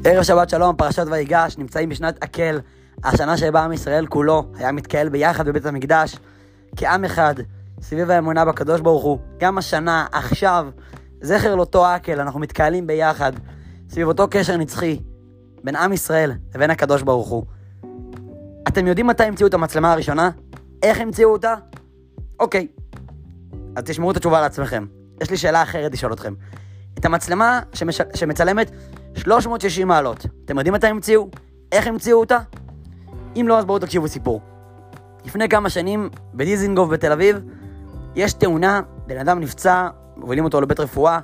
ערב שבת שלום, פרשת ויגש, נמצאים בשנת הקהל, השנה שבה עם ישראל כולו היה מתקהל ביחד בבית המקדש, כעם אחד, סביב האמונה בקדוש ברוך הוא. גם השנה, עכשיו, זכר לאותו הקהל, אנחנו מתקהלים ביחד, סביב אותו קשר נצחי, בין עם ישראל לבין הקדוש ברוך הוא. אתם יודעים מתי המציאו את המצלמה הראשונה? איך המציאו אותה? אוקיי, אז תשמעו את התשובה לעצמכם. יש לי שאלה אחרת לשאול אתכם. את המצלמה שמצלמת 360 מעלות, אתם יודעים מתי המציאו? איך המציאו אותה? אם לא, אז בואו תקשיבו סיפור. לפני כמה שנים, בדיזינגוף בתל אביב, יש תאונה, בן אדם נפצע, מובילים אותו לבית רפואה,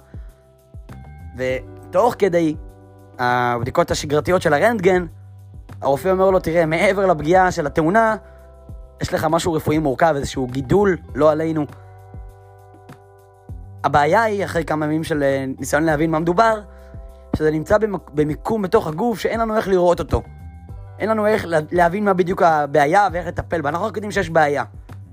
ותוך כדי הבדיקות השגרתיות של הרנטגן, הרופא אומר לו, תראה, מעבר לפגיעה של התאונה, יש לך משהו רפואי מורכב, איזשהו גידול, לא עלינו. הבעיה היא, אחרי כמה ימים של ניסיון להבין מה מדובר, שזה נמצא במיקום בתוך הגוף שאין לנו איך לראות אותו. אין לנו איך להבין מה בדיוק הבעיה ואיך לטפל בה. אנחנו רק יודעים שיש בעיה.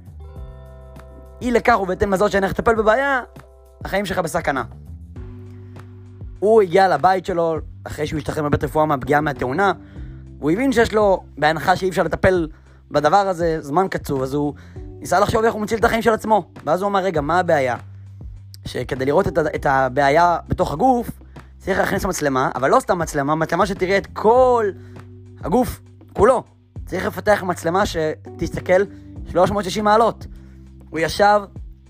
אי לכך ובהתאם לזאת שאין איך לטפל בבעיה, החיים שלך בסכנה. הוא הגיע לבית שלו, אחרי שהוא השתחרר מבית רפואה מהפגיעה מהתאונה, הוא הבין שיש לו, בהנחה שאי אפשר לטפל בדבר הזה, זמן קצוב, אז הוא ניסה לחשוב איך הוא מציל את החיים של עצמו. ואז הוא אמר, רגע, מה הבעיה? שכדי לראות את הבעיה בתוך הגוף, צריך להכניס מצלמה, אבל לא סתם מצלמה, מצלמה שתראה את כל הגוף כולו. צריך לפתח מצלמה שתסתכל 360 מעלות. הוא ישב,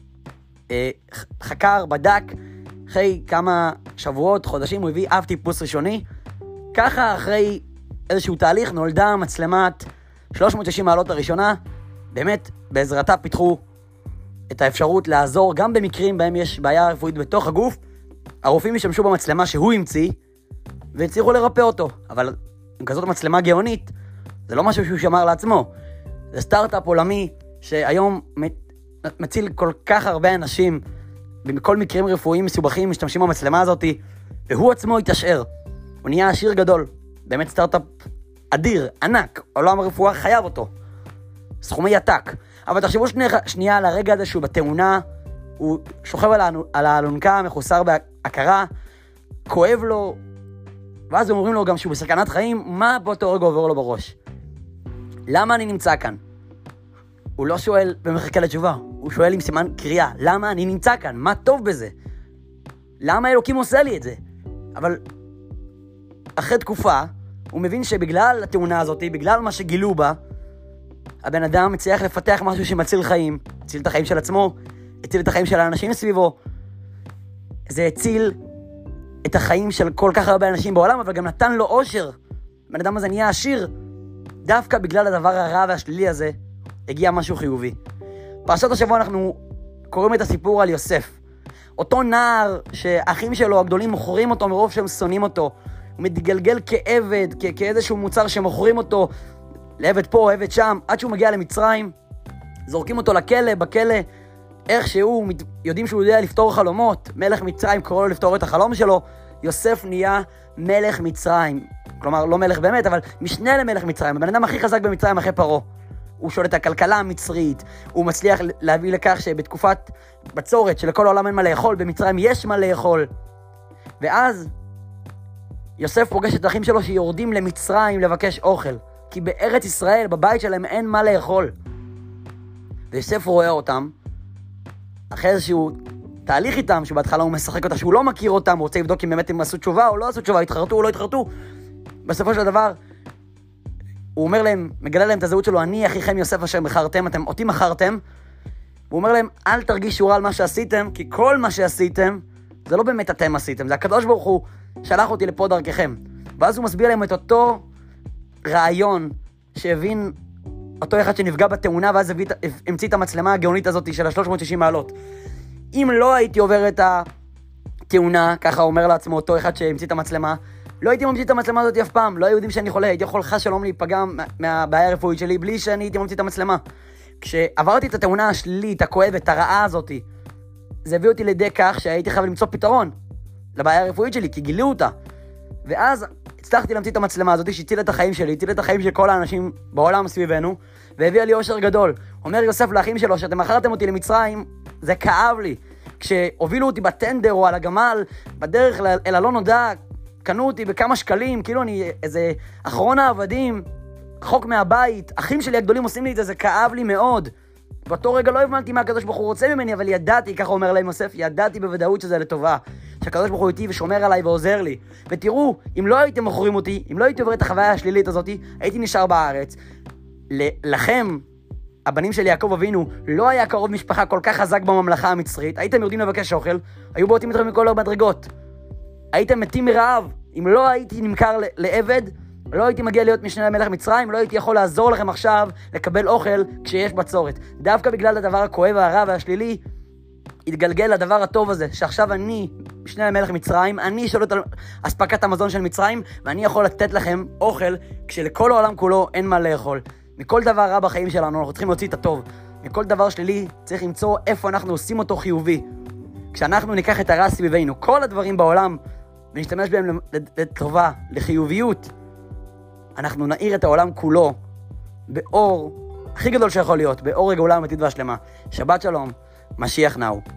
חקר, בדק, אחרי כמה שבועות, חודשים, הוא הביא אב טיפוס ראשוני. ככה אחרי איזשהו תהליך נולדה מצלמת 360 מעלות הראשונה. באמת, בעזרתה פיתחו את האפשרות לעזור גם במקרים בהם יש בעיה רפואית בתוך הגוף. הרופאים ישתמשו במצלמה שהוא המציא, והצליחו לרפא אותו. אבל עם כזאת מצלמה גאונית, זה לא משהו שהוא שמר לעצמו. זה סטארט-אפ עולמי שהיום מציל כל כך הרבה אנשים, בכל מקרים רפואיים מסובכים משתמשים במצלמה הזאת, והוא עצמו התאשאר. הוא נהיה עשיר גדול. באמת סטארט-אפ אדיר, ענק. עולם הרפואה חייב אותו. סכומי עתק. אבל תחשבו שנייה על הרגע הזה שהוא בתאונה, הוא שוכב על האלונקה, מחוסר בהכרה, כואב לו, ואז אומרים לו גם שהוא בסכנת חיים, מה באותו רגע עובר לו בראש? למה אני נמצא כאן? הוא לא שואל ומחכה לתשובה, הוא שואל עם סימן קריאה, למה אני נמצא כאן? מה טוב בזה? למה אלוקים עושה לי את זה? אבל אחרי תקופה, הוא מבין שבגלל התאונה הזאת, בגלל מה שגילו בה, הבן אדם מצליח לפתח משהו שמציל חיים, הציל את החיים של עצמו, הציל את החיים של האנשים סביבו. זה הציל את החיים של כל כך הרבה אנשים בעולם, אבל גם נתן לו אושר. הבן אדם הזה נהיה עשיר. דווקא בגלל הדבר הרע והשלילי הזה, הגיע משהו חיובי. פרשת השבוע אנחנו קוראים את הסיפור על יוסף. אותו נער שהאחים שלו הגדולים מוכרים אותו מרוב שהם שונאים אותו. הוא מתגלגל כעבד, כאיזשהו מוצר שמוכרים אותו, לעבד פה, עבד שם, עד שהוא מגיע למצרים, זורקים אותו לכלא, בכלא, איכשהו, יודעים שהוא יודע לפתור חלומות, מלך מצרים קורא לו לפתור את החלום שלו, יוסף נהיה מלך מצרים, כלומר לא מלך באמת, אבל משנה למלך מצרים, הבן אדם הכי חזק במצרים אחרי פרעה, הוא שולט הכלכלה המצרית, הוא מצליח להביא לכך שבתקופת בצורת שלכל העולם אין מה לאכול, במצרים יש מה לאכול, ואז יוסף פוגש את האחים שלו שיורדים למצרים לבקש אוכל, כי בארץ ישראל, בבית שלהם, אין מה לאכול. ויוסף רואה אותם, אחרי איזשהו תהליך איתם, שבהתחלה הוא משחק אותה, שהוא לא מכיר אותם, הוא רוצה לבדוק אם באמת הם עשו תשובה או לא עשו תשובה, התחרטו או לא התחרטו. בסופו של דבר, הוא אומר להם, מגלה להם את הזהות שלו, אני אחיכם יוסף אשר מכרתם, אתם אותי מכרתם. הוא אומר להם, אל תרגישו רע על מה שעשיתם, כי כל מה שעשיתם, זה לא באמת אתם עשיתם, זה הקדוש ברוך הוא שלח אותי לפה דרככם. ואז הוא מסביר להם את אותו רעיון שהבין אותו אחד שנפגע בתאונה, ואז המציא את המצלמה הגאונית הזאת של 360 מעלות. אם לא הייתי עובר את התאונה, ככה אומר לעצמו אותו אחד שהמציא את המצלמה, לא הייתי ממציא את המצלמה הזאת אף פעם, לא היו יודעים שאני חולה, הייתי יכול חס שלום להיפגע מהבעיה הרפואית שלי, בלי שאני הייתי ממציא את המצלמה. כשעברתי את התאונה השלילית, הכואבת, הרעה הזאת, זה הביא אותי לידי כך שהייתי חייב למצוא פתרון לבעיה הרפואית שלי, כי גילו אותה. ואז הצלחתי להמציא את המצלמה הזאת שהצילה את החיים שלי, הצילה את החיים של כל האנשים בעולם סביבנו, והביאה לי אושר גדול. אומר יוסף לאחים שלו, שאתם מכרתם אותי למצרים, זה כאב לי. כשהובילו אותי בטנדר או על הגמל, בדרך אל הלא נודע, קנו אותי בכמה שקלים, כאילו אני איזה אחרון העבדים, רחוק מהבית, אחים שלי הגדולים עושים לי את זה, זה כאב לי מאוד. באותו רגע לא הבנתי מה הקדוש ברוך הוא רוצה ממני, אבל ידעתי, ככה אומר להם יוסף, ידעתי בוודאות שזה לטובה. שהקדוש ברוך הוא איתי ושומר עליי ועוזר לי. ותראו, אם לא הייתם מוכרים אותי, אם לא הייתי עובר את החוויה השלילית הזאת, הייתי נשאר בארץ. לכם, הבנים של יעקב אבינו, לא היה קרוב משפחה כל כך חזק בממלכה המצרית, הייתם יורדים לבקש אוכל, היו בועטים אתכם מכל המדרגות. הייתם מתים מרעב. אם לא הייתי נמכר לעבד, לא הייתי מגיע להיות משנה למלך מצרים, לא הייתי יכול לעזור לכם עכשיו לקבל אוכל כשיש בצורת. דווקא בגלל הדבר הכואב והרע והשלילי, התגלגל לדבר הטוב הזה, שעכשיו אני משנה למלך מצרים, אני שולט על אספקת המזון של מצרים, ואני יכול לתת לכם אוכל כשלכל העולם כולו אין מה לאכול. מכל דבר רע בחיים שלנו אנחנו צריכים להוציא את הטוב. מכל דבר שלילי צריך למצוא איפה אנחנו עושים אותו חיובי. כשאנחנו ניקח את הרע סביבנו, כל הדברים בעולם, ונשתמש בהם לטובה, לחיוביות, אנחנו נאיר את העולם כולו באור הכי גדול שיכול להיות, באור הגאולה האמיתית והשלמה. שבת שלום, משיח נאו.